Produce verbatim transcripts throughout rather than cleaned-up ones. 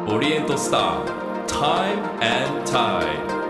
オリエントスター Time and Tide。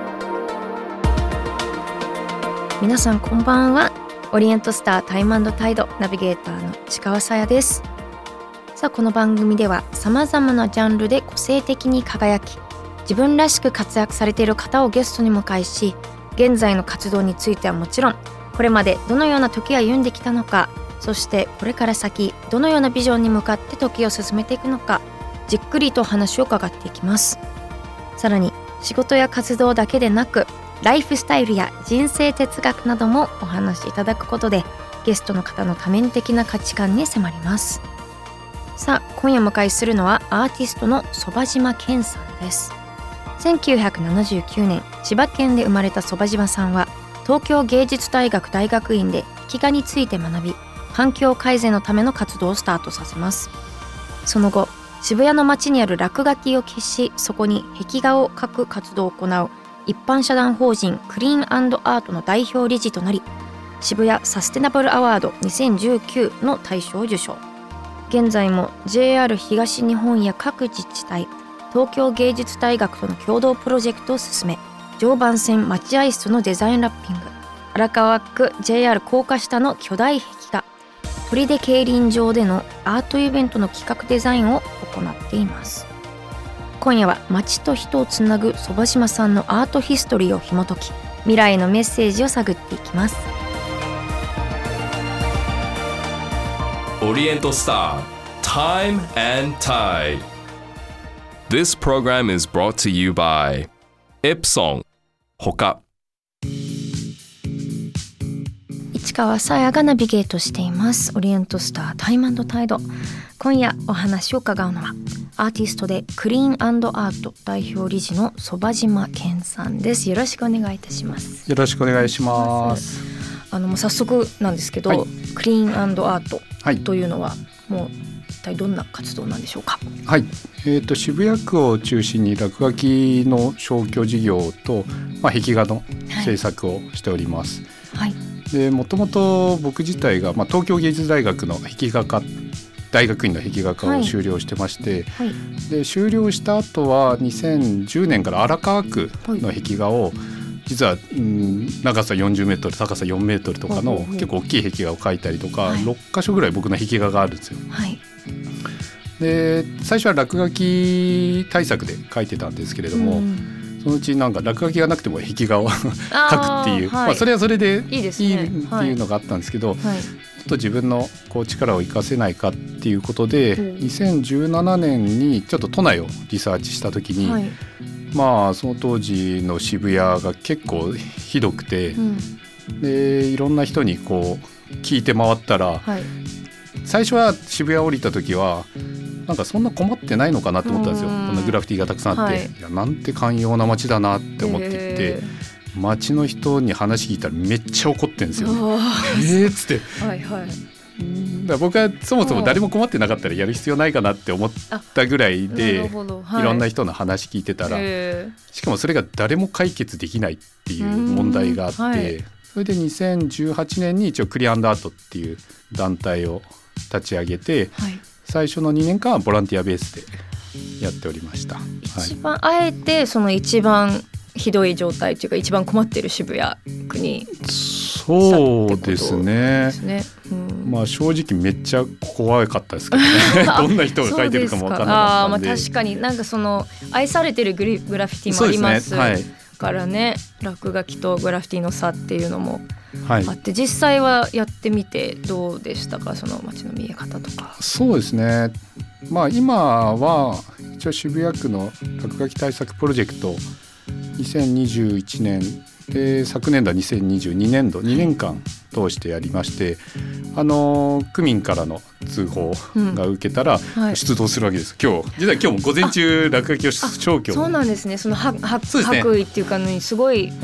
皆さんこんばんは。オリエントスタータイム&タイドナビゲーターの石川さやです。さあこの番組ではさまざまなジャンルで個性的に輝き自分らしく活躍されている方をゲストに迎えし、現在の活動についてはもちろんこれまでどのような時を歩んできたのか、そしてこれから先どのようなビジョンに向かって時を進めていくのか、じっくりと話を伺っていきます。さらに仕事や活動だけでなくライフスタイルや人生哲学などもお話しいただくことでゲストの方の多面的な価値観に迫ります。さあ今夜迎えするのはアーティストの傍島賢さんです。せんきゅうひゃくななじゅうきゅうねん千葉県で生まれた傍島さんは東京芸術大学大学院で壁画について学び、環境改善のための活動をスタートさせます。その後渋谷の街にある落書きを消し、そこに壁画を描く活動を行う一般社団法人クリーン&アートの代表理事となり、渋谷サステナブルアワードにせんじゅうきゅうの大賞を受賞。現在も ジェイアール 東日本や各自治体、東京芸術大学との共同プロジェクトを進め、常磐線待合室のデザインラッピング、荒川区 ジェイアール 高架下の巨大壁画、砦競輪場でのアートイベントの企画デザインを行っています。今夜は街と人をつなぐ傍島さんのアートヒストリーを紐解き、未来へのメッセージを探っていきます。 オリエントスター Time and Tide。 This program is brought to you by Epson ほか。 市川さやがナビゲートしていますオリエントスタータイム&タイド。今夜お話を伺うのはアーティストでクリーン&アート代表理事の傍島賢さんです。よろしくお願いいたします。 よろしくお願いします。 あのもう早速なんですけど、はい、クリーン&アートというのは、はい、もう一体どんな活動なんでしょうか。 はい、えーと、渋谷区を中心に落書きの消去事業と、まあ、壁画の制作をしております。はいはい、でもともと僕自体が、まあ、東京芸術大学の壁画科大学院の壁画科を修了してまして、はいはい、で修了した後はにせんじゅうねんから荒川区の壁画を、はい、実は、うん、長さよんじゅうメートル高さよんメートルとかの結構大きい壁画を描いたりとか、はい、ろっかしょぐらい僕の壁画があるんですよ。はい、で最初は落書き対策で描いてたんですけれども、うん、そのうちなんか落書きがなくても壁画を描くっていう、はい、まあ、それはそれでいいですね、いいっていうのがあったんですけど、はい、ちょっと自分のこう力を生かせないかっていうことで、うん、にせんじゅうななねんにちょっと都内をリサーチした時に、はい、まあその当時の渋谷が結構ひどくて、うん、でいろんな人にこう聞いて回ったら、はい、最初は渋谷降りた時はなんかそんな困ってないのかなと思ったんですよ。こんなグラフィティがたくさんあって、はい、いやなんて寛容な街だなって思っていて、街の人に話聞いたらめっちゃ怒ってるんですよ、ね、えーっつって、はいはい、だから僕はそもそも誰も困ってなかったらやる必要ないかなって思ったぐらいで、はい、いろんな人の話聞いてたら、しかもそれが誰も解決できないっていう問題があって、はい、それでにせんじゅうはちねんに一応クリアンドアートっていう団体を立ち上げて、はい、最初のにねんかんはボランティアベースでやっておりました。 一番、はい、あえてその一番ひどい状態というか一番困っている渋谷区にそうですね、うん、まあ正直めっちゃ怖かったですけどねどんな人が書いてるかも分からなかったんで。 あ、まあ、確かになんかその愛されてるグラグラフィティもあります、ね、はい、からね、落書きとグラフィティの差っていうのもあって、はい、実際はやってみてどうでしたか、その街の見え方とか。 そうですね、まあ今は一応渋谷区の落書き対策プロジェクトにせんにじゅういちねんで昨年度はにせんにじゅうにねんどにねんかん通してやりまして、あの区民からの通報が受けたら出動するわけです、うん、はい、今日実は今日も午前中落書きを消去。 そうなんですね。その白衣っていうかにすごい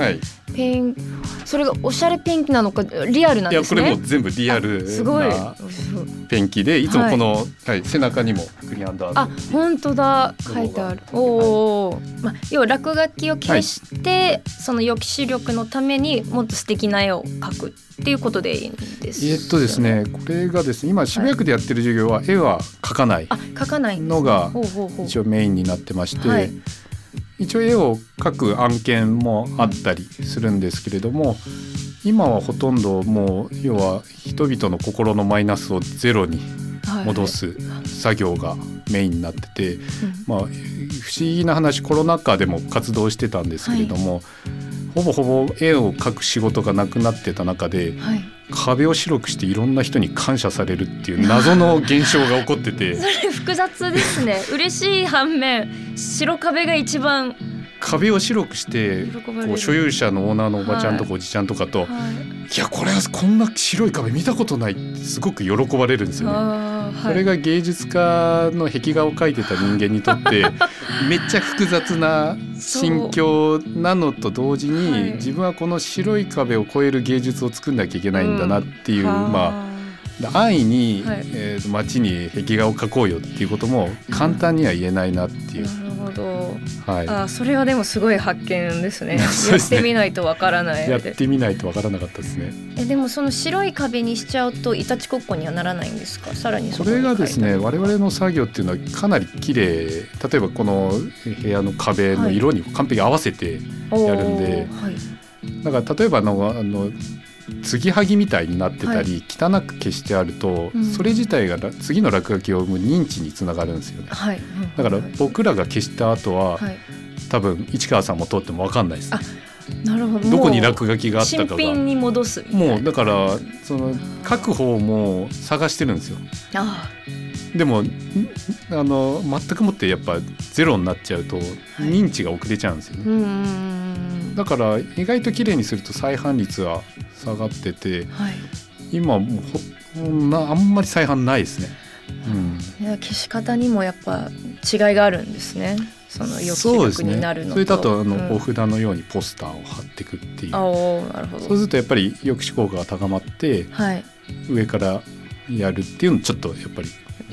ペンそれがおしゃれペンキなのかリアルなんですね。 いやこれも全部リアルなペンキでいつもこの、はいはい、背中にもクリアンダーあ本当だ書いてある。お、はいまあ、要は落書きを消して、はい、その抑止力のためにもっと素敵な絵を描くっていうことでいいんですよね。 えー、っとですねこれがですね今渋谷区でやってる授業は絵は描かないのが一応メインになってまして、はい、一応絵を描く案件もあったりするんですけれども、今はほとんどもう要は人々の心のマイナスをゼロに戻す作業がメインになってて、まあ、不思議な話コロナ禍でも活動してたんですけれども、はい、ほぼほぼ絵を描く仕事がなくなってた中で、はい、壁を白くしていろんな人に感謝されるっていう謎の現象が起こっててそれ複雑ですね嬉しい反面白壁が一番壁を白くしてこう所有者のオーナーのおばちゃんとかおじちゃんとかと、はいはい、いやこれはこんな白い壁見たことないってすごく喜ばれるんですよね、はい、それが芸術家の壁画を描いてた人間にとってめっちゃ複雑な心境なのと同時に、はい、自分はこの白い壁を越える芸術を作んなきゃいけないんだなっていう、うん、まあ安易に、はいえー、街に壁画を描こうよっていうことも簡単には言えないなっていう、 うん、なるほど、 はい、 あそれはでもすごい発見ですねやってみないとわからないやってみないとわからなかったですね。 えでもその白い壁にしちゃうといたちごっこにはならないんですか。さらにそこれがですね我々の作業っていうのはかなり綺麗、例えばこの部屋の壁の色に完璧に合わせてやるんで、はい、だから例えばのあの継ぎはぎみたいになってたり、はい、汚く消してあると、うん、それ自体が次の落書きを生む認知につながるんですよね、はい、だから僕らが消した後は、はい、多分市川さんも通っても分かんないです、 あなるほど、 どこに落書きがあったかが新品に戻すみたいな。 もうだからその書く方も探してるんですよ。あでもあの全くもってやっぱゼロになっちゃうと認知が遅れちゃうんですよね、はい、うんだから意外と綺麗にすると再犯率は下がってて、はい、今もうなあんまり再犯ないですね、 うん、いや消し方にもやっぱ違いがあるんですね。その抑止力になるのとそ, うですね、それだとあの、うん、お札のようにポスターを貼っていくっていう。 あなるほど。 そうするとやっぱり抑止効果が高まって、はい、上からやるっていうのちょっとやっぱりうん、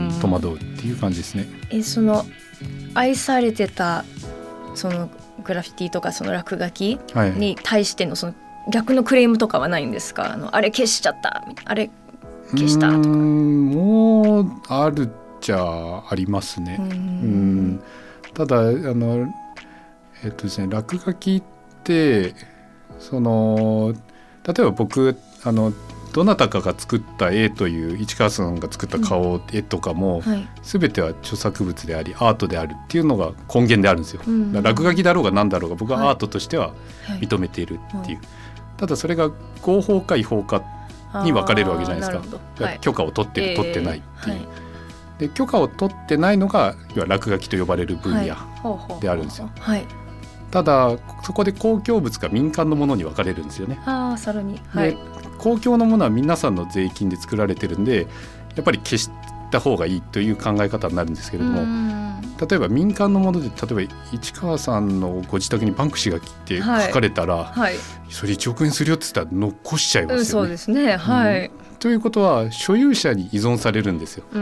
戸惑うっていう感じですね。 えその愛されてたそのグラフィティとかその落書きに対してのその逆のクレームとかはないんですか。あのあれ消しちゃった、あれ消したとか。 うんもうあるっちゃありますね。うんうんただあの、えっとですね、落書きってその例えば僕あのどなたかが作った絵という市川さんが作った顔、うん、絵とかも、はい、全ては著作物でありアートであるっていうのが根源であるんですよ、うん、だから落書きだろうが何だろうが僕はアートとしては認めているっていう、はいはい、ただそれが合法か違法かに分かれるわけじゃないですか、はい、許可を取ってる、えー、取ってないっていう、はい、で許可を取ってないのが要は落書きと呼ばれる分野であるんですよ、はい、ただそこで公共物か民間のものに分かれるんですよね。 あさらに、はい、 公共のものは皆さんの税金で作られてるんでやっぱり消した方がいいという考え方になるんですけれども、例えば民間のもので例えば市川さんのご自宅にバンクシーが来て書かれたら、はいはい、それいちおくえんするよって言ったら残しちゃいますよね、うん、 そうですね、はい、 うん、ということは所有者に依存されるんですよ、うん、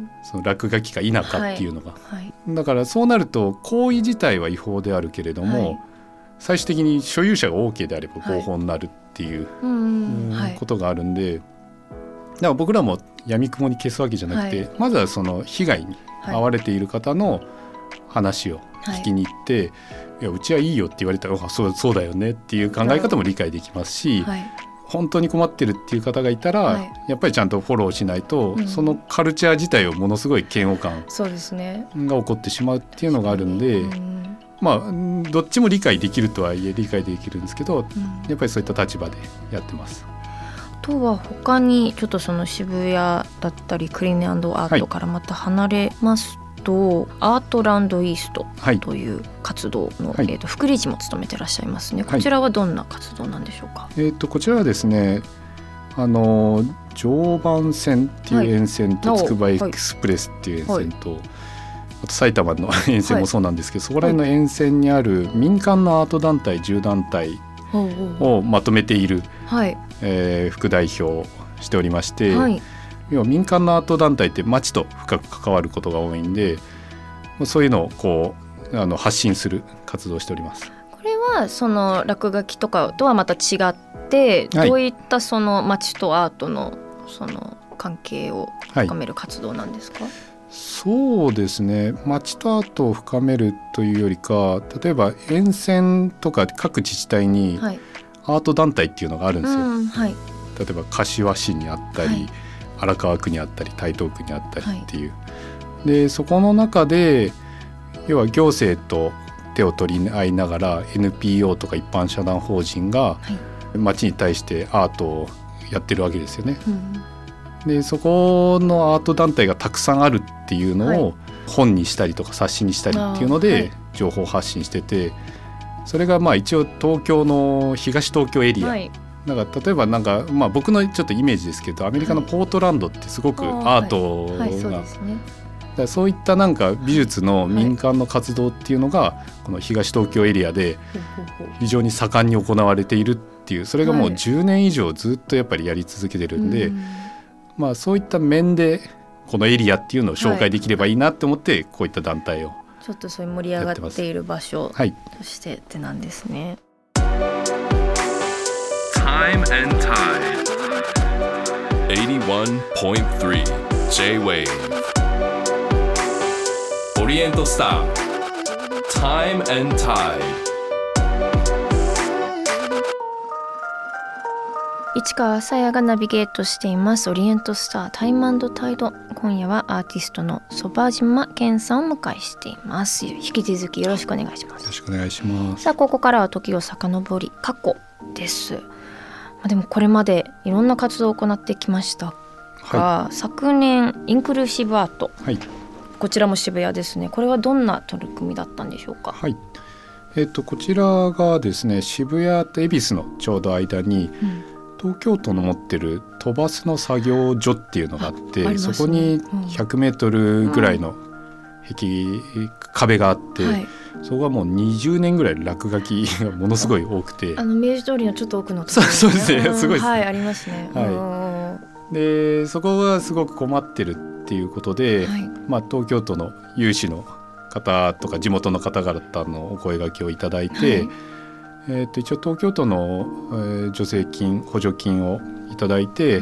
その落書きか否かっていうのが、はいはい、だからそうなると行為自体は違法であるけれども、はい、最終的に所有者が OK であれば合法になるっていう、はい、ことがあるんで、だから僕らも闇雲に消すわけじゃなくて、はい、まずはその被害に遭われている方の話を聞きに行って、はい、いやうちはいいよって言われたらあ そう、そうだよねっていう考え方も理解できますし、はい、本当に困ってるっていう方がいたら、はい、やっぱりちゃんとフォローしないと、うん、そのカルチャー自体をものすごい嫌悪感が起こってしまうっていうのがあるんで、うん、まあどっちも理解できるとはいえ理解できるんですけど、うん、やっぱりそういった立場でやってます。 あとは他にちょっとその渋谷だったりクリーン&アートからまた離れますと、はい、アートランドイーストという活動の、はい、えー、と副理事も務めてらっしゃいますね。こちらはどんな活動なんでしょうか。はい、 えー、とこちらはですね、あの常磐線っていう沿線とつくばエクスプレスっていう沿線と、はい、あと埼玉の沿線もそうなんですけど、はい、そこら辺の沿線にある民間のアート団体じゅう団体をまとめている、 はいえー、副代表をしておりまして、 はい、 要は民間のアート団体って町と深く関わることが多いんで、そういうのをこうあの発信する活動をしております。 これはその落書きとかとはまた違って、はい、どういったその町とアートのその関係を深める活動なんですか？はい、 そうですね、町とアートを深めるというよりか、例えば沿線とか各自治体にアート団体っていうのがあるんですよ。 はい、うんはい、 例えば柏市にあったり、はい、荒川区にあったり台東区にあったりっていう、はい、でそこの中で要は行政と手を取り合いながら エヌピーオー とか一般社団法人が町に対してアートをやってるわけですよね。うん、でそこのアート団体がたくさんあるっていうのを本にしたりとか冊子にしたりっていうので情報発信してて、それがまあ一応東京の東東京エリア、はい、なんか例えばなんか、まあ、僕のちょっとイメージですけど、アメリカのポートランドってすごくアートがそういったなんか美術の民間の活動っていうのがこの東東京エリアで非常に盛んに行われているっていう、それがもうじゅうねん以上ずっとやっぱりやり続けてるんで、まあそういった面でこのエリアっていうのを紹介できればいいなって思ってこういった団体をちょっとそういう盛り上がっている場所としてってなんですね。 Time and Tide eighty-one point three J-Wave Oriental Star Time and Tide 市川さやがナビゲートしていますオリエントスタータイム&タイド。今夜はアーティストの曽場島健さんを迎えしています。引き続きよろしくお願いします。 よろしくお願いします。 さあここからは時を遡り過去です。でもこれまでいろんな活動を行ってきましたが、はい、昨年インクルーシブアート、はい、こちらも渋谷ですね。これはどんな取り組みだったんでしょうか？ はい、えーと、こちらがですね、渋谷と恵比寿のちょうど間に、うん、東京都の持ってる都バスの作業所っていうのがあって、あありますね、そこにひゃくメートルぐらいの壁、うん、壁があって、はい、そこがもうにじゅうねんぐらい落書きがものすごい多くて、 あの明治通りのちょっと奥のところ、ね、そうですね、すごいですね、 はい、ありますね、 はい、でそこがすごく困ってるっていうことで、はい、まあ、東京都の有志の方とか地元の方々のお声掛けをいただいて、はい、えー、と一応東京都の、えー、助成金補助金をいただいて、うん、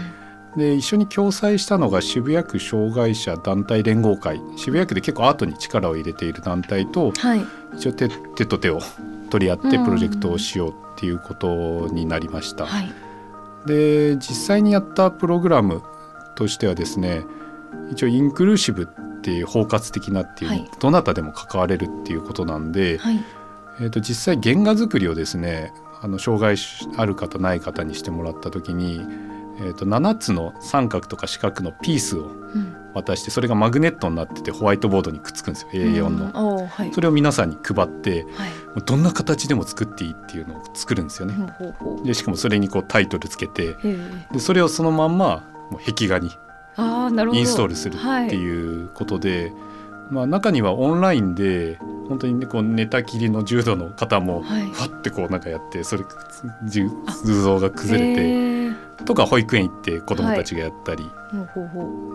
で一緒に共催したのが渋谷区障害者団体連合会、渋谷区で結構アートに力を入れている団体と、はい、一応 手, 手と手を取り合ってプロジェクトをしようっていうことになりました、はい、で実際にやったプログラムとしてはですね、一応インクルーシブっていう包括的なっていう、はい、どなたでも関われるっていうことなんで、はい、えー、と実際原画作りをですね、あの障害ある方ない方にしてもらった時に、えー、とななつの三角とか四角のピースを渡して、うん、それがマグネットになっててホワイトボードにくっつくんですよ、エーよん の、うん、はい、それを皆さんに配って、はい、どんな形でも作っていいっていうのを作るんですよね、うん、でしかもそれにこうタイトルつけて、でそれをそのまんまもう壁画にインストールするっていうことで、はい、まあ、中にはオンラインで本当に、ね、こう寝たきりの重度の方もファッてこうなんかやって、それ図像が崩れてとか、保育園行って子どもたちがやったり、はい、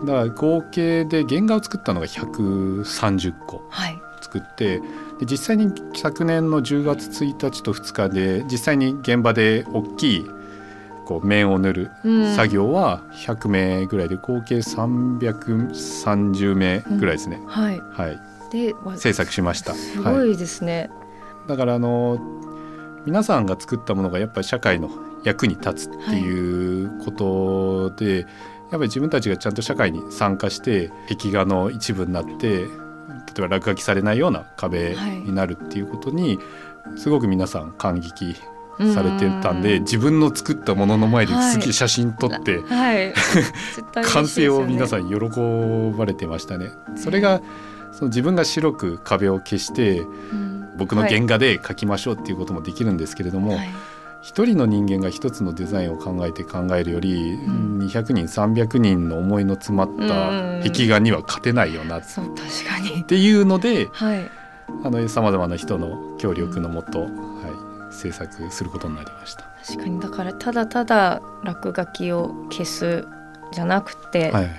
だから合計で原画を作ったのがひゃくさんじゅっこ作って、はい、で実際に昨年のじゅうがつついたちとふつかで実際に現場で大きいこう面を塗る作業はひゃくめいぐらいで、合計さんびゃくさんじゅうめいぐらいですね、うん、はい、はい、で制作しました。 すごいですね、 はい、だからあの皆さんが作ったものがやっぱり社会の役に立つっていうことで、はい、やっぱり自分たちがちゃんと社会に参加して壁画の一部になって、例えば落書きされないような壁になるっていうことにすごく皆さん感激されてたんで、自分の作ったものの前ですげえ写真撮って、はいはい、完成を皆さん喜ばれてましたね。それがその自分が白く壁を消して、うん、僕の原画で描きましょうっていうこともできるんですけれども、はい、一人の人間が一つのデザインを考えて考えるより、うん、にひゃくにんさんびゃくにんの思いの詰まった壁画には勝てないよなっていうので、はい、あのさまざまな人の協力のもと、うん、はい、 制作することになりました。 確かに、だからただただ落書きを消すじゃなくて、はい、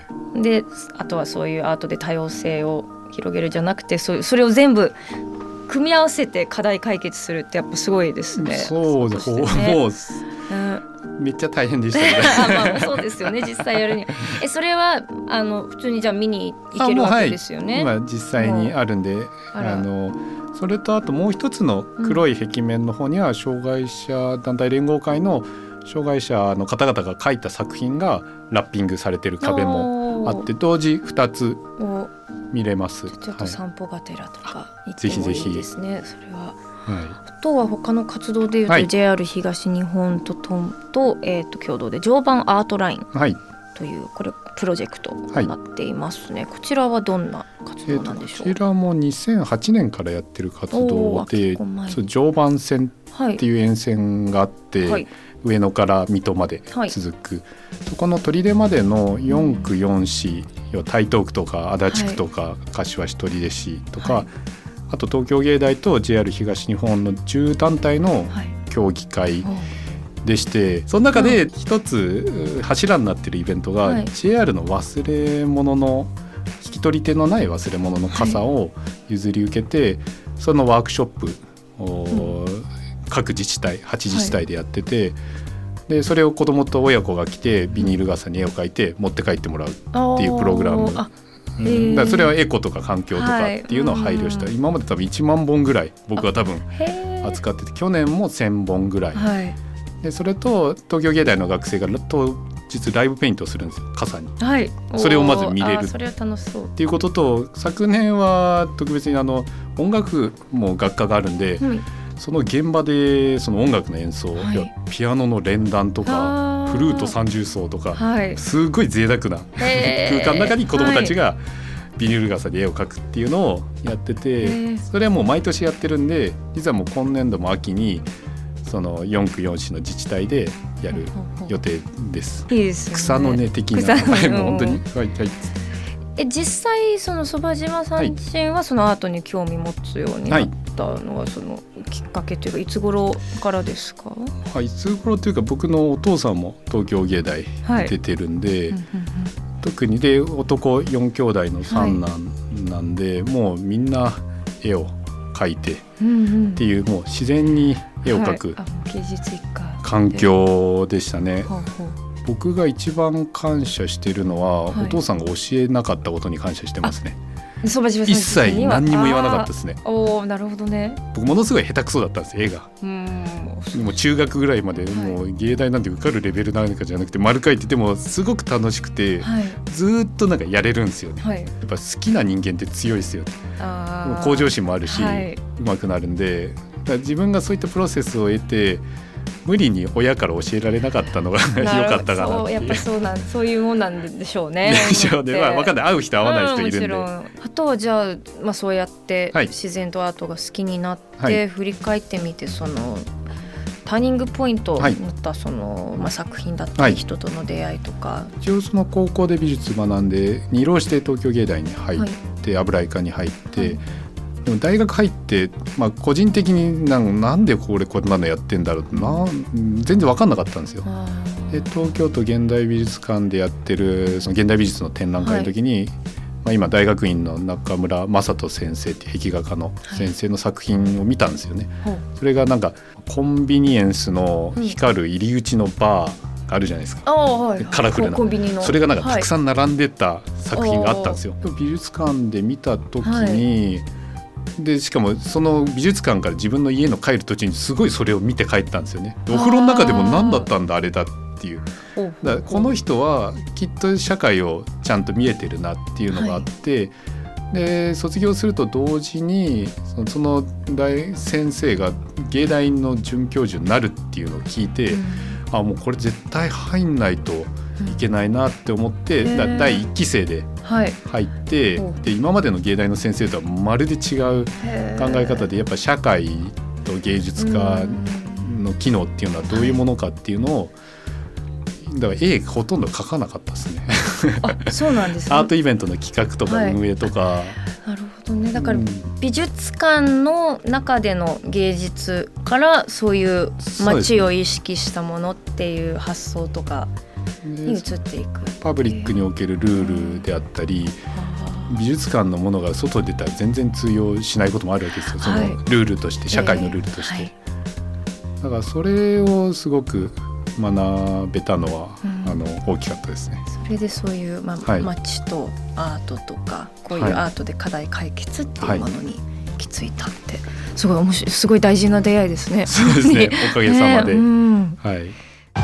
であとはそういうアートで多様性を広げるじゃなくて、そ, それを全部組み合わせて課題解決するってやっぱすごいですね。 そうですね、もう、うん、めっちゃ大変でしたねまあそうですよね、実際やるにえそれはあの普通にじゃあ見に行けるわけですよね。 はい、今実際にあるんで、あのそれとあともう一つの黒い壁面の方には障害者団体連合会の障害者の方々が描いた作品がラッピングされてる壁もあって、同時ふたつ見れます。 ちょっと散歩がてらとか行ってもいいですね、はい、ぜひぜひ。それは、はい、あとは他の活動でいうと、はい、ジェイアール 東日本とトンと、えー、と共同で常磐アートラインというこれプロジェクトになっていますね、はい、こちらはどんな活動なんでしょう。 こちらもにせんはちねんからやってる活動で、常磐線っていう沿線があって、はいはい、上野から水戸まで続く、はい、そこの砦までのよんくよん市、うん、台東区とか足立区とか、はい、柏市取手市とか、はい、あと東京芸大と ジェイアール 東日本のじゅう団体の協議会でして、はい、その中で一つ柱になっているイベントが、はい、ジェイアール の忘れ物の引き取り手のない忘れ物の傘を譲り受けて、はい、そのワークショップを、うん、各自治体はち自治体でやってて、はい、でそれを子どもと親子が来てビニール傘に絵を描いて持って帰ってもらうっていうプログラム、うん、だからそれはエコとか環境とかっていうのを配慮した、はい、今まで多分いちまんぼんぐらい僕は多分扱ってて、去年もせんぼんぐらい、はい、でそれと東京芸大の学生が当日ライブペイントをするんですよ、傘に、はい、それをまず見れるっていうことと、昨年は特別にあの音楽も学科があるんで、うん、その現場でその音楽の演奏、はい、ピアノの連弾とかフルート三重奏とか、はい、すごい贅沢な空間の中に子どもたちがビニール傘で絵を描くっていうのをやってて、それはもう毎年やってるんで、実はもう今年度も秋にそのよんくよん市の自治体でやる予定です。 いいですよね、 草の根的な名前も本当に、はいはい、 え実際その傍島さん自身はそのアートに興味持つようになったのはそのきっかけというかいつ頃からですか。 はい、いつ頃というか僕のお父さんも東京芸大出てるんで、はい、うんうんうん、特にで男よん兄弟の三男なんで、はい、もうみんな絵を描いてっていう、うんうん、もう自然に絵を描く、はい、芸術一家環境でしたね。ほうほう、僕が一番感謝しているのは、はい、お父さんが教えなかったことに感謝してますね。一切何にも言わなかったですね。 おー、なるほどね。 僕ものすごい下手くそだったんです、絵が。うん、もう中学ぐらいまで、はい、もう芸大なんて受かるレベルなんかじゃなくて丸書いててもすごく楽しくて、はい、ずっとなんかやれるんですよね、はい、やっぱ好きな人間って強いですよね。あ、向上心もあるし、はい、上手くなるんで、だから自分がそういったプロセスを得て無理に親から教えられなかったのが良かったかなっていう。そう、やっぱそうなん、そういうもんなんでしょうね。 でしょうね。まあ、分かんない、会う人会わない人いるんで、うん、 あとはじゃあ、まあ、そうやって自然とアートが好きになって、はい、振り返ってみてそのターニングポイントになったその、まあ、作品だったり人との出会いとか、はい、 一応その高校で美術学んで二浪して東京芸大に入って、はい、油絵科に入って、はい、でも大学入って、まあ、個人的に な, なんでこれこんなのやってんだろうな、全然分かんなかったんですよ。で東京都現代美術館でやってるその現代美術の展覧会の時に、はい、まあ、今大学院の中村正人先生っていう壁画家の先生の作品を見たんですよね、はい、それがなんかコンビニエンスの光る入り口のバーあるじゃないですか、うん、はい、カラフルなコンビニのそれがなんかたくさん並んでた作品があったんですよ、はい、美術館で見た時に、はい、でしかもその美術館から自分の家の帰る途中にすごいそれを見て帰ったんですよね。お風呂の中でも何だったんだあれだっていう、だからこの人はきっと社会をちゃんと見えてるなっていうのがあって、はい、で卒業すると同時にその、その大先生が芸大の准教授になるっていうのを聞いて、うん、あ、もうこれ絶対入んないといけないなって思って、うん、だだいいっき生で入って、はい、で今までの芸大の先生とはまるで違う考え方で、やっぱ社会と芸術家の機能っていうのはどういうものかっていうのを、だから絵ほとんど描かなかったですね。 あ、そうなんですね。 アートイベントの企画とか運営とか、 はい、なるほどね。だから美術館の中での芸術からそういう街を意識したものっていう発想とかに移っていく。 パブリックにおけるルールであったり、美術館のものが外出たら全然通用しないこともあるわけですよ、そのルールとして、社会のルールとして、えーはい、だからそれをすごく学べたのは、うん、あの大きかったですね。 それでそういう、まあはい、街とアートとかこういうアートで課題解決っていうものに行き着いたって、はい、すごい面白い、すごい大事な出会いですね。 そうですね、おかげさまで、ね、うん、はい。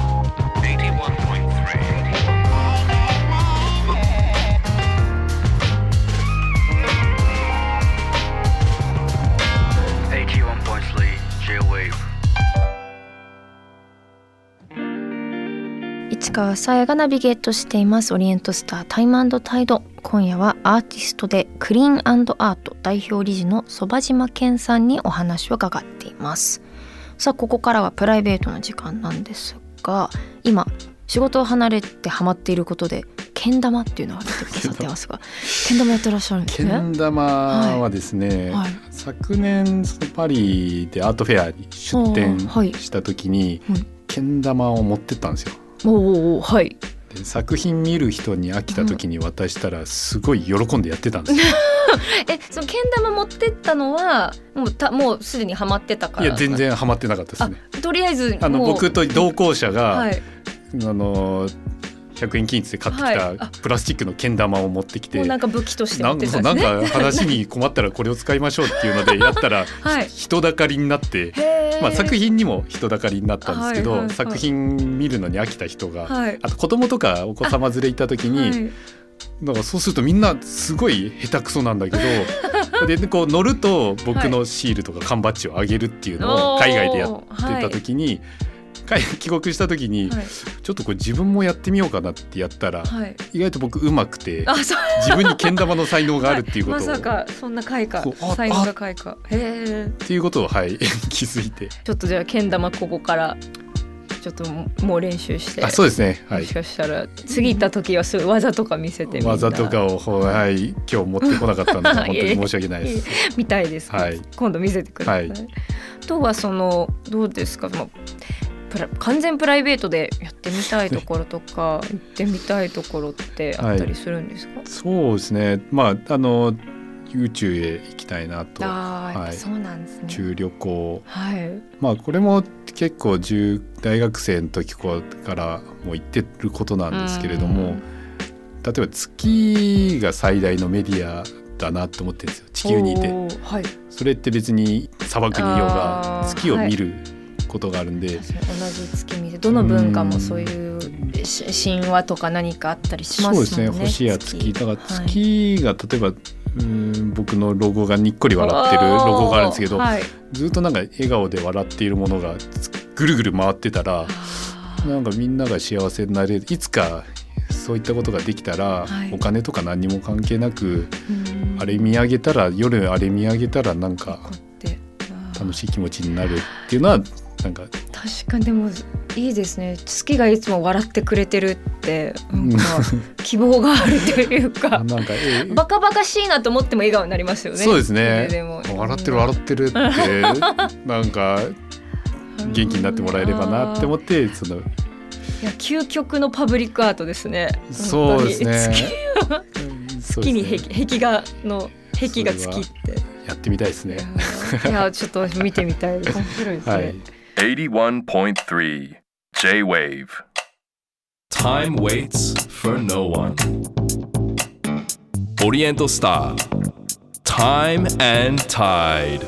市川さやがナビゲートしていますオリエントスタータイム&タイド。今夜はアーティストでクリーン&アート代表理事の傍島健さんにお話を伺っています。さあここからはプライベートな時間なんですが、今仕事を離れてハマっていることでけん玉っていうのを挙げてくださってますがけん玉やってらっしゃるんですね。 けん玉はですね、はいはい、昨年そのパリでアートフェアに出展した時に、はい、けん玉を持ってったんですよ。 おー、はい、 で作品見る人に飽きた時に渡したらすごい喜んでやってたんですよ。 え、そのけん玉持ってったのはもうたもうすでにハマってたから？ いや全然ハマってなかったですね。 とりあえずあの僕と同行者が、はい、あのひゃくえん均一で買ってきたプラスチックのけん玉を持ってきて、 もうなんか武器として持ってたんですね。 なんか話に困ったらこれを使いましょうっていうのでやったら、はい、人だかりになって、まあ、作品にも人だかりになったんですけど、はいはいはい、作品見るのに飽きた人が、はい、あと子供とかお子様連れいた時に、はい、だからそうするとみんなすごい下手くそなんだけどでこう乗ると僕のシールとか缶バッジをあげるっていうのを海外でやってた時に、はい、帰国した時に、はい、ちょっとこれ自分もやってみようかなってやったら、はい、意外と僕うまくて自分にけん玉の才能があるっていうことを、はい、 まさかそんな開花才能が開花へーっていうことを、はい、気づいて、 ちょっとじゃあけん玉ここからちょっともう練習して、 あ、そうですね、はい、 もしかしたら次行った時はすぐ技とか見せてみんな技とかを、はい、今日持ってこなかったので本当に申し訳ないですみたいです、はい、今度見せてください、はい、あとはそのどうですか、もうプラ完全プライベートでやってみたいところとか行ってみたいところってあったりするんですか？ はい、そうですね、まああの宇宙へ行きたいなと。 あ、はい、そうなんですね。 宇宙旅行、 はい、 まあこれも結構大学生の時からもう言ってることなんですけれども、例えば月が最大のメディアだなと思ってるんですよ、地球にいて、はい、それって別に砂漠にいようが月を見ることがあるんで、はい、同じ月見てどの文化もそういう神話とか何かあったりしますもんね。 そうですね、星や月だから月が例えば、うーん僕のロゴがにっこり笑ってるロゴがあるんですけど、はい、ずっとなんか笑顔で笑っているものがぐるぐる回ってたら、なんかみんなが幸せになれる、いつかそういったことができたら、はい、お金とか何にも関係なくあれ見上げたら、夜あれ見上げたらなんか楽しい気持ちになるっていうのはなんか、 確かにでもいいですね。月がいつも笑ってくれてるってなんか希望があるというかなんか、えー、バカバカしいなと思っても笑顔になりますよね。 そうですね、でも笑ってる笑ってるってなんか元気になってもらえればなって思って、そのいや究極のパブリックアートですね。 そうですね月に 壁, 壁画の壁が月ってやってみたいですね。 いやちょっと見てみたい。面白いですね。はい、 エイティワンポイントスリー J-Wave Time waits for no one オリエントスター Time and Tide。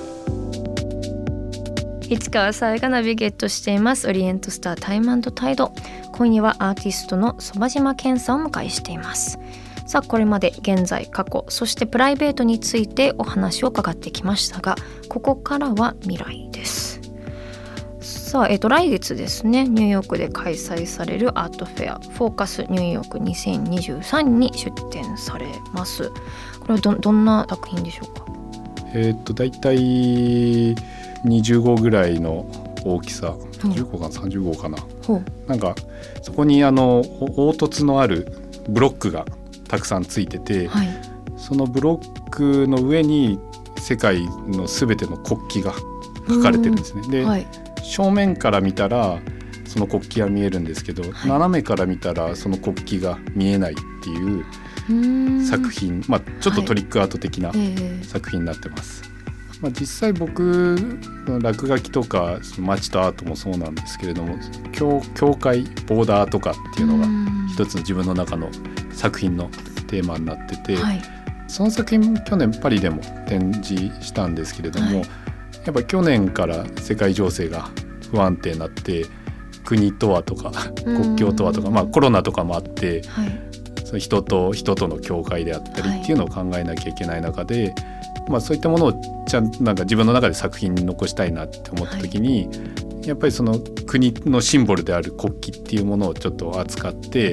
市川さやがナビゲートしていますオリエントスタータイム&タイド。今夜はアーティストの傍島健さんをお迎えしています。さあこれまで現在、過去、そしてプライベートについてお話を伺ってきましたが、ここからは未来です。さあ、えー、と来月ですね、ニューヨークで開催されるアートフェアフォーカスニューヨークにせんにじゅうさんに出展されます。これは ど, どんな作品でしょうか？ えっとだいたいにじゅうごうぐらいの大きさ、じゅうごうかなさんじゅうごうかな、なんかそこにあの凹凸のあるブロックがたくさんついてて、はい、 そのブロックの上に世界のすべての国旗が書かれてるんですね。で、はい、正面から見たらその国旗は見えるんですけど、はい、斜めから見たらその国旗が見えないっていう作品、まあ、ちょっとトリックアート的な作品になってます、はいえーまあ、実際僕落書きとか街とアートもそうなんですけれども、境、境界ボーダーとかっていうのが一つの自分の中の作品のテーマになってて、はい、その作品去年パリでも展示したんですけれども、はい、やっぱ去年から世界情勢が不安定になって国とはとか国境とはとか、まあ、コロナとかもあって、はい、その人と人との境界であったりっていうのを考えなきゃいけない中で、はいまあ、そういったものをちゃんとなんか自分の中で作品に残したいなって思った時に、はい、やっぱりその国のシンボルである国旗っていうものをちょっと扱って、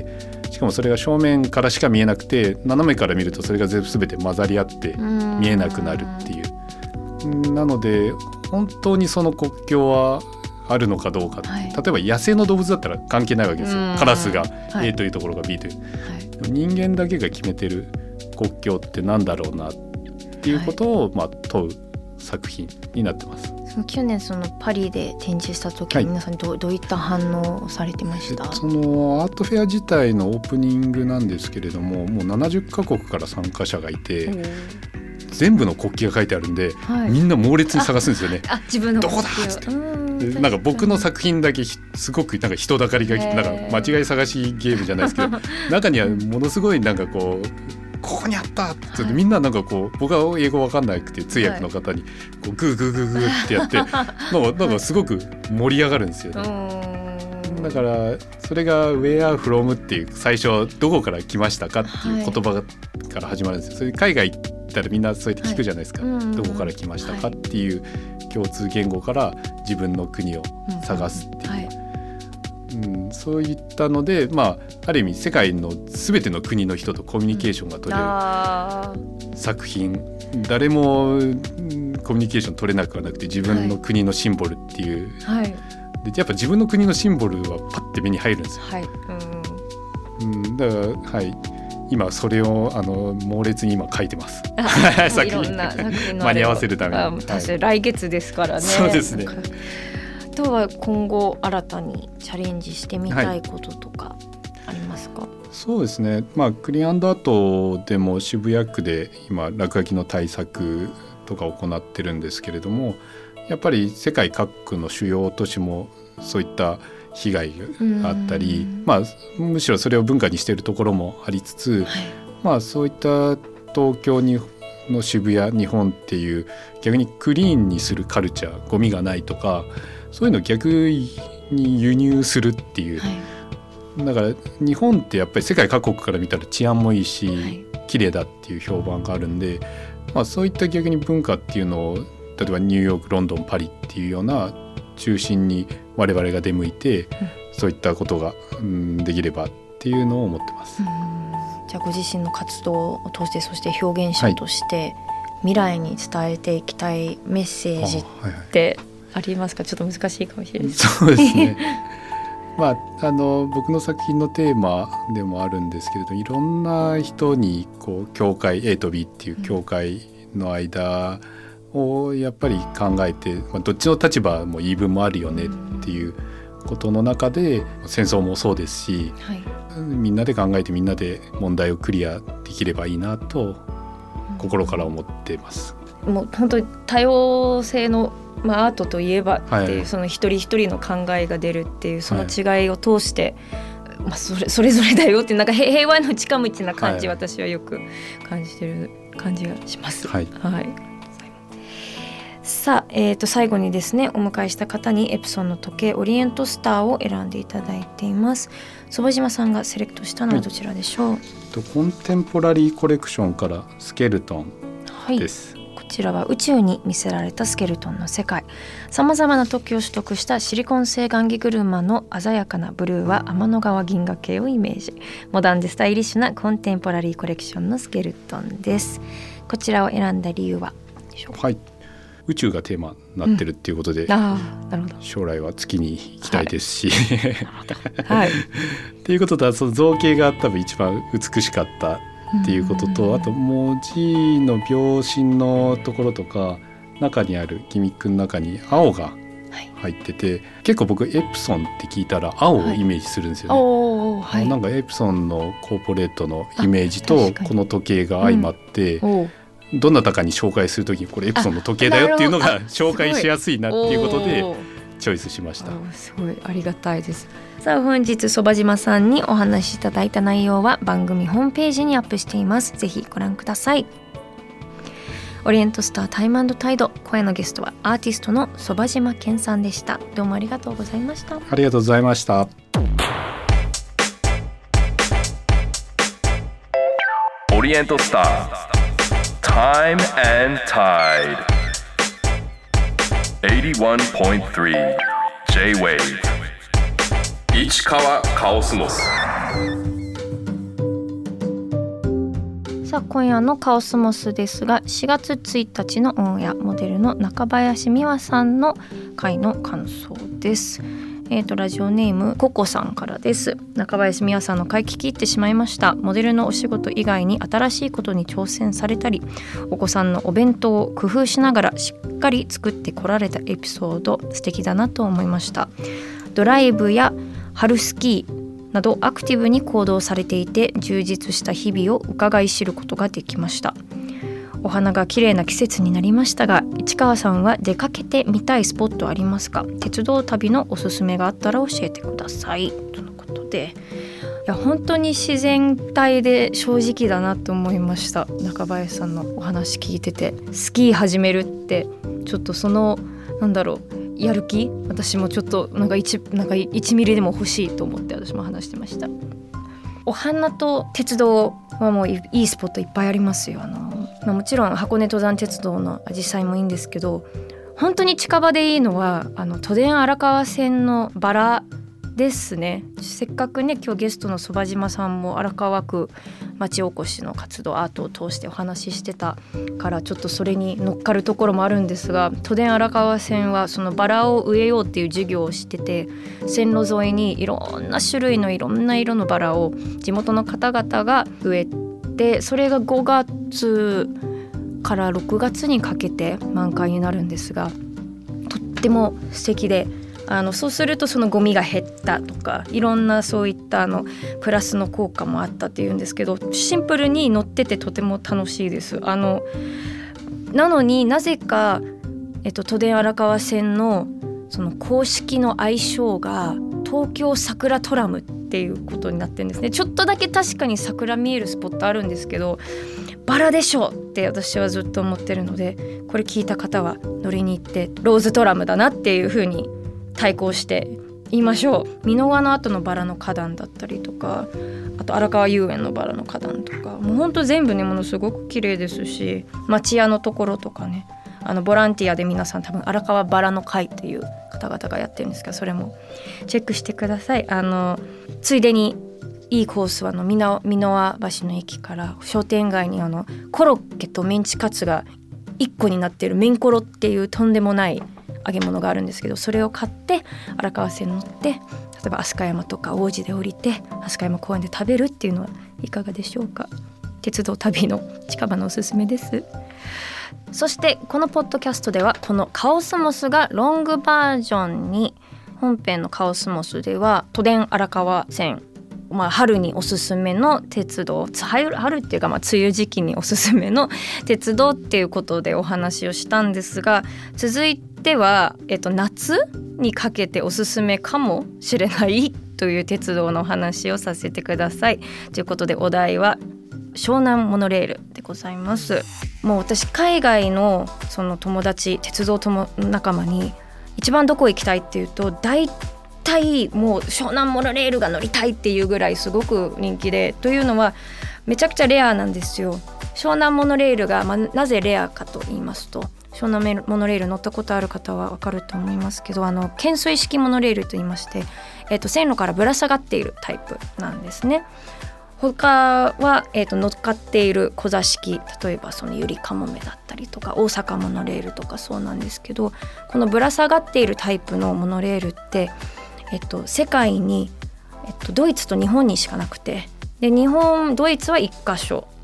しかもそれが正面からしか見えなくて斜めから見るとそれが全て混ざり合って見えなくなるっていう。なので本当にその国境はあるのかどうか、はい、例えば野生の動物だったら関係ないわけですよ。カラスが A というところが B という、はい、人間だけが決めてる国境ってなんだろうなっていうことを、まあ、問う作品になってます。 その去年そのパリで展示した時、はい、皆さん ど, どういった反応をされてました？ そのアートフェア自体のオープニングなんですけれども、もうななじゅっかこくから参加者がいて、全部の国旗が書いてあるんで、はい、みんな猛烈に探すんですよね。 ああ自分のどこだっつって、なんか僕の作品だけすごくなんか人だかりが来て、なんか間違い探しゲームじゃないですけど中にはものすごいなんかこうここにあったって、はい、みんななんかこう僕は英語わかんなくて通訳の方にこうグーグーグーグーってやってなんかなんかすごく盛り上がるんですよね。だからそれが Where from っていう最初どこから来ましたかっていう言葉から始まるんですよ。それ海外行ったらみんなそうやって聞くじゃないですか、はい、どこから来ましたかっていう共通言語から自分の国を探すっていう、うんはいうん、そういったので、まあ、ある意味世界の全ての国の人とコミュニケーションが取れる作品、うん、誰もコミュニケーション取れなくはなくて自分の国のシンボルっていう、はい、でやっぱ自分の国のシンボルはパッて目に入るんですよ、はいうんうん、だから、はい、今それをあの猛烈に今書いてますいろんな作品の間に合わせるために。 あ確かに来月ですからね。 そうですね。 あとは今後新たにチャレンジしてみたいこととかありますか？はい、 そうですね、まあ、クリーンアンドアートでも渋谷区で今落書きの対策とかを行ってるんですけれども、やっぱり世界各国の主要都市もそういった被害があったり、まあ、むしろそれを文化にしているところもありつつ、はいまあ、そういった東京にの渋谷日本っていう逆にクリーンにするカルチャー、ゴミがないとかそういうのを逆に輸入するっていう、はい、だから日本ってやっぱり世界各国から見たら治安もいいし、はい、綺麗だっていう評判があるんで、まあ、そういった逆に文化っていうのを例えばニューヨーク、ロンドン、パリっていうような中心に我々が出向いて、うん、そういったことが、うん、できればっていうのを思ってます。うんじゃあご自身の活動を通してそして表現者として、はい、未来に伝えていきたいメッセージってありますか？ちょっと難しいかもしれないです。 そうですねまあ、あの僕の作品のテーマでもあるんですけれど、いろんな人にこう境界 A と B っていう境界の間をやっぱり考えて、まあ、どっちの立場も言い分もあるよねっていうことの中で戦争もそうですし、はい、みんなで考えてみんなで問題をクリアできればいいなと心から思っています。 もう本当に多様性の、まあ、アートといえばっていう、はい、その一人一人の考えが出るっていうその違いを通して、はいまあ、それ、それぞれだよってなんか平和の近道な感じ、はい、私はよく感じてる感じがします。はい、はいさあ、えー、と最後にですねお迎えした方にエプソンの時計オリエントスターを選んでいただいています。傍島さんがセレクトしたのはどちらでしょう？はい、 コンテンポラリーコレクションからスケルトンです。 はい、こちらは宇宙に見せられたスケルトンの世界。さまざまな特許を取得したシリコン製雁木車の鮮やかなブルーは天の川銀河系をイメージ。モダンでスタイリッシュなコンテンポラリーコレクションのスケルトンです。こちらを選んだ理由はでしょうか？はい宇宙がテーマになってるっていうことで、うん、あなるほど将来は月に行きたいですし、はいはい、っていうこととはその造形が多分一番美しかったっていうことと、あと文字の秒針のところとか中にあるギミックの中に青が入ってて、はい、結構僕エプソンって聞いたら青をイメージするんですよね、はい、なんかエプソンのコーポレートのイメージとこの時計が相まって、うん、どなたかに紹介するときにこれエプソンの時計だよっていうのが紹介しやすいなっていうことでチョイスしました。 すごいありがたいです。さあ本日そば島さんにお話しいただいた内容は番組ホームページにアップしています。ぜひご覧ください。オリエントスタータイム&タイド、今夜のゲストはアーティストのそば島健さんでした。どうもありがとうございました。 ありがとうございました。 オリエントスタータイム&タイド はちじゅういってんさん J-Wave 市川カオスモス。 さあ今夜のカオスモスですが、しがつついたちのオンエア、モデルの中林美和さんの回の感想です。えーと、ラジオネームココさんからです。中林美和さんの回聞き入ってしまいました。モデルのお仕事以外に新しいことに挑戦されたり、お子さんのお弁当を工夫しながらしっかり作ってこられたエピソード、素敵だなと思いました。ドライブや春スキーなどアクティブに行動されていて、充実した日々を伺い知ることができました。お花が綺麗な季節になりましたが、市川さんは出かけてみたいスポットありますか？鉄道旅のおすすめがあったら教えてください、とのことで、いや本当に自然体で正直だなと思いました。中林さんのお話聞いてて、スキー始めるってちょっとそのなんだろうやる気、私もちょっとなんか 1, なんかいちミリでも欲しいと思って私も話してました。お花と鉄道はもういいスポットいっぱいありますよ。あの、まあ、もちろん箱根登山鉄道のアジサイもいいんですけど、本当に近場でいいのはあの都電荒川線のバラですね。せっかくね今日ゲストのそば島さんも荒川区町おこしの活動アートを通してお話ししてたから、ちょっとそれに乗っかるところもあるんですが、都電荒川線はそのバラを植えようっていう授業をしてて、線路沿いにいろんな種類のいろんな色のバラを地元の方々が植えて、それがごがつからろくがつにかけて満開になるんですが、とっても素敵で、あのそうするとそのゴミが減ったとか、いろんなそういったあのプラスの効果もあったっていうんですけど、シンプルに乗っててとても楽しいです。あのなのになぜか、えっと、都電荒川線のその公式の愛称が東京桜トラムっていうことになってるんですね。ちょっとだけ確かに桜見えるスポットあるんですけど、バラでしょって私はずっと思ってるので、これ聞いた方は乗りに行ってローズトラムだなっていう風に対抗して言いましょう。箕輪の後のバラの花壇だったりとか、あと荒川遊園のバラの花壇とか、もうほんと全部ねものすごく綺麗ですし、町屋のところとかね、あのボランティアで皆さん多分荒川バラの会っていう方々がやってるんですけど、それもチェックしてください。あのついでにいいコースはあの箕輪橋の駅から商店街にあのコロッケとメンチカツがいっこになっているメンコロっていうとんでもない揚げ物があるんですけど、それを買って荒川線乗って、例えば飛鳥山とか王子で降りて飛鳥山公園で食べるっていうのはいかがでしょうか。鉄道旅の近場のおすすめです。そしてこのポッドキャストではこのカオスモスがロングバージョンに、本編のカオスモスでは都電荒川線、まあ、春におすすめの鉄道、春, 春っていうかまあ梅雨時期におすすめの鉄道っていうことでお話をしたんですが、続いては、えっと、夏にかけておすすめかもしれないという鉄道の話をさせてください。ということでお題は湘南モノレールでございます。もう私海外のその友達、鉄道友仲間に一番どこ行きたいっていうと、大体もう湘南モノレールが乗りたいっていうぐらいすごく人気で、というのはめちゃくちゃレアなんですよ。湘南モノレールが、まあ、なぜレアかと言いますと、湘南モノレール乗ったことある方は分かると思いますけど、あの懸垂式モノレールと言いまして、えーと、線路からぶら下がっているタイプなんですね。他は、えーと、乗っかっている小座式、例えばそのゆりかもめだったりとか大阪モノレールとかそうなんですけど、このぶら下がっているタイプのモノレールって、えっと、世界に、えっと、ドイツと日本にしかなくて、で日本ドイツはいっかしょ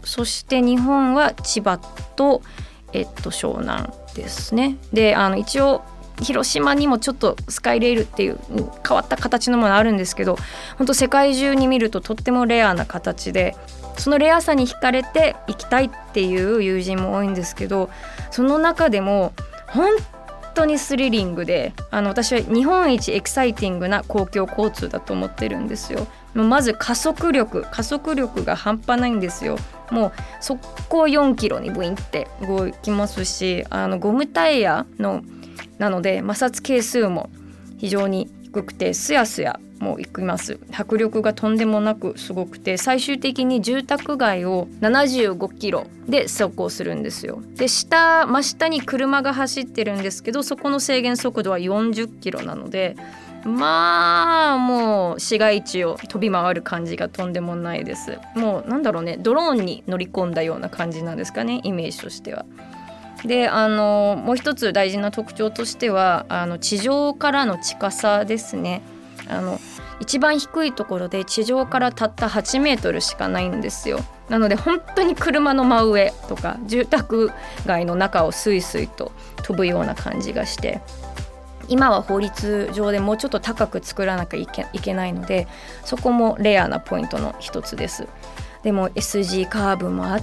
そして日本は千葉と、えっと、湘南ですね。であの一応広島にもちょっとスカイレールっていう変わった形のものあるんですけど、本当世界中に見るととってもレアな形で、そのレアさに惹かれて行きたいっていう友人も多いんですけど、その中でも本当にスリリングで、あの私は日本一エキサイティングな公共交通だと思ってるんですよ。まず加速力加速力が半端ないんですよ。もう速攻よんキロにブインって動きますし、あのゴムタイヤのなので摩擦係数も非常に低くて、スヤスヤも行きます。迫力がとんでもなくすごくて、最終的に住宅街をななじゅうごキロで走行するんですよ。で下真下に車が走ってるんですけど、そこの制限速度はよんじゅっキロなので、まあもう市街地を飛び回る感じがとんでもないです。もうなんだろうね、ドローンに乗り込んだような感じなんですかね、イメージとしては。であのもう一つ大事な特徴としては、あの地上からの近さですね。あの一番低いところで地上からたったはちメートルしかないんですよ。なので本当に車の真上とか住宅街の中をスイスイと飛ぶような感じがして、今は法律上でもうちょっと高く作らなきゃいけ、いけないので、そこもレアなポイントの一つです。でも エスジー カーブもあって、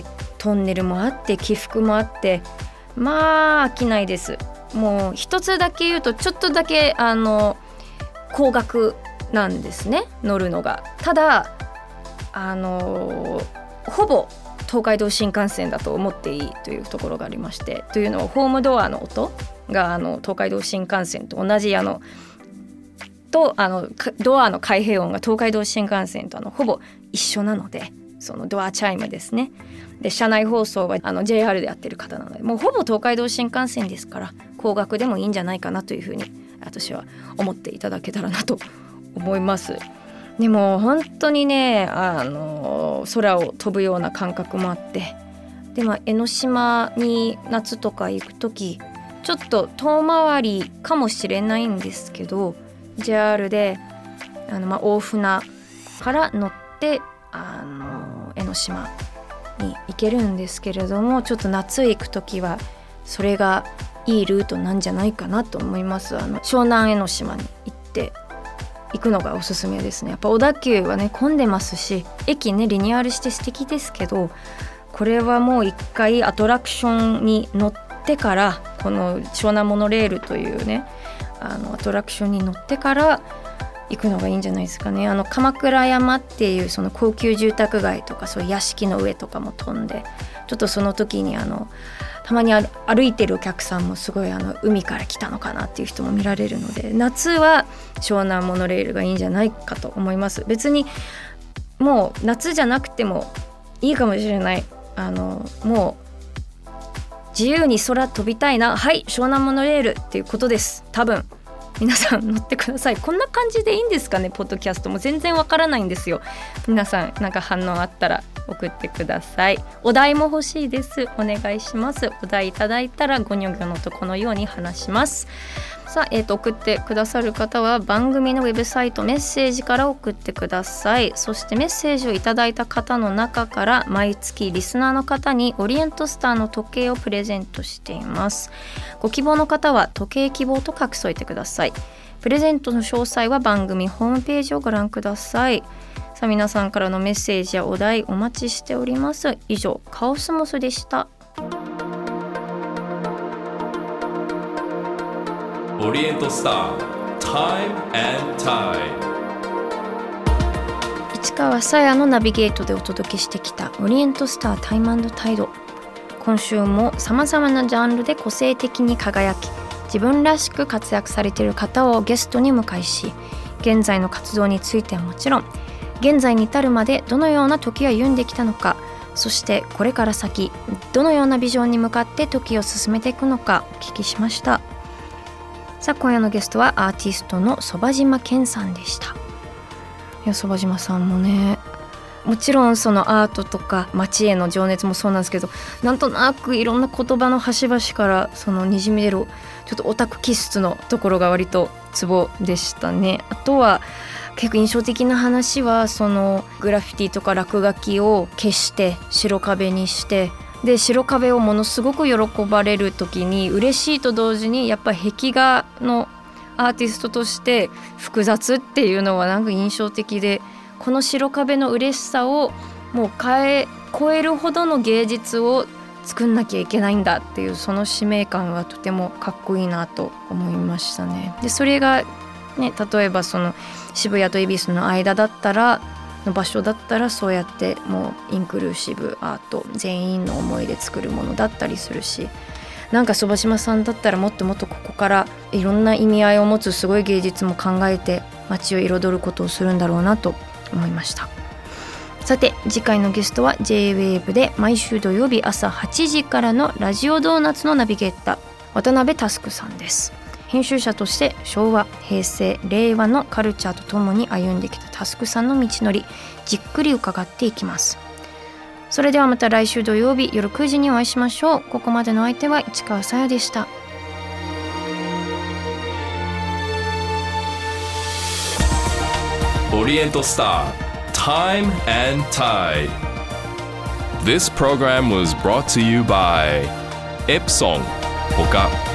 トンネルもあって、起伏もあって、まあ飽きないです。もう一つだけ言うと、ちょっとだけあの高額なんですね、乗るのが。ただあのほぼ東海道新幹線だと思っていいというところがありまして、というのはホームドアの音があの東海道新幹線と同じあのとあのドアの開閉音が東海道新幹線とあのほぼ一緒なので、そのドアチャイムですね。で車内放送はあの ジェイアール でやってる方なので、もうほぼ東海道新幹線ですから高額でもいいんじゃないかなというふうに私は思っていただけたらなと思います。でも本当にね、あの空を飛ぶような感覚もあって、でも江ノ島に夏とか行くときちょっと遠回りかもしれないんですけど、 ジェイアール であの、まあ、大船から乗ってあの江ノ島に行けるんですけれども、ちょっと夏行くときはそれがいいルートなんじゃないかなと思います。あの湘南江ノ島に行って行くのがおすすめですね。やっぱ小田急はね混んでますし、駅ねリニューアルして素敵ですけど、これはもう一回アトラクションに乗ってから、この湘南モノレールというねあのアトラクションに乗ってから行くのがいいんじゃないですかね。あの鎌倉山っていうその高級住宅街とか、そういう屋敷の上とかも飛んで、ちょっとその時にあのたまに歩いてるお客さんもすごいあの海から来たのかなっていう人も見られるので、夏は湘南モノレールがいいんじゃないかと思います。別にもう夏じゃなくてもいいかもしれない。あのもう自由に空飛びたいな、はい湘南モノレールっていうことです。多分皆さん乗ってください。こんな感じでいいんですかね、ポッドキャストも全然わからないんですよ。皆さんなんか反応あったら送ってください。お題も欲しいです。お願いします。お題いただいたらごにょごのとこのように話します。さあ、えーと、送ってくださる方は番組のウェブサイトメッセージから送ってください。そしてメッセージをいただいた方の中から毎月リスナーの方にオリエントスターの時計をプレゼントしています。ご希望の方は時計希望と書き添えてください。プレゼントの詳細は番組ホームページをご覧ください。さあ、皆さんからのメッセージやお題お待ちしております。以上、カオスモスでした。 オリエントスター Time and Tide、 市川さやのナビゲートでお届けしてきたオリエントスタータイム&タイド。今週もさまざまなジャンルで個性的に輝き、自分らしく活躍されている方をゲストに迎えし、現在の活動についてはもちろん、現在に至るまでどのような時を歩んできたのか、そしてこれから先どのようなビジョンに向かって時を進めていくのかお聞きしました。さあ、今夜のゲストはアーティストの傍島健さんでした。いや、傍島さんもね、もちろんそのアートとか街への情熱もそうなんですけど、なんとなくいろんな言葉の端々からそのにじみ出るちょっとオタク気質のところが割とツボでしたね。あとは結構印象的な話はそのグラフィティとか落書きを消して白壁にしてで白壁をものすごく喜ばれる時に嬉しいと同時にやっぱり壁画のアーティストとして複雑っていうのはなんか印象的でこの白壁の嬉しさをもう変え超えるほどの芸術を作んなきゃいけないんだっていうその使命感はとてもかっこいいなと思いましたね。でそれがね例えばその渋谷と恵比寿の間だったらの場所だったらそうやってもうインクルーシブアート全員の思いで作るものだったりするしなんか蕎島さんだったらもっともっとここからいろんな意味合いを持つすごい芸術も考えて街を彩ることをするんだろうなと思いました。さて次回のゲストは ジェイウェーブ で毎週土曜日朝はちじからのラジオドーナツのナビゲーター渡辺佑さんです。編集者として昭和、平成、令和のカルチャーとともに歩んできた佑さんの道のりじっくり伺っていきます。それではまた来週土曜日夜くじにお会いしましょう。ここまでの相手は市川さやでした。 オリエントスター Time and Tide. This program was brought to you by Epson ほか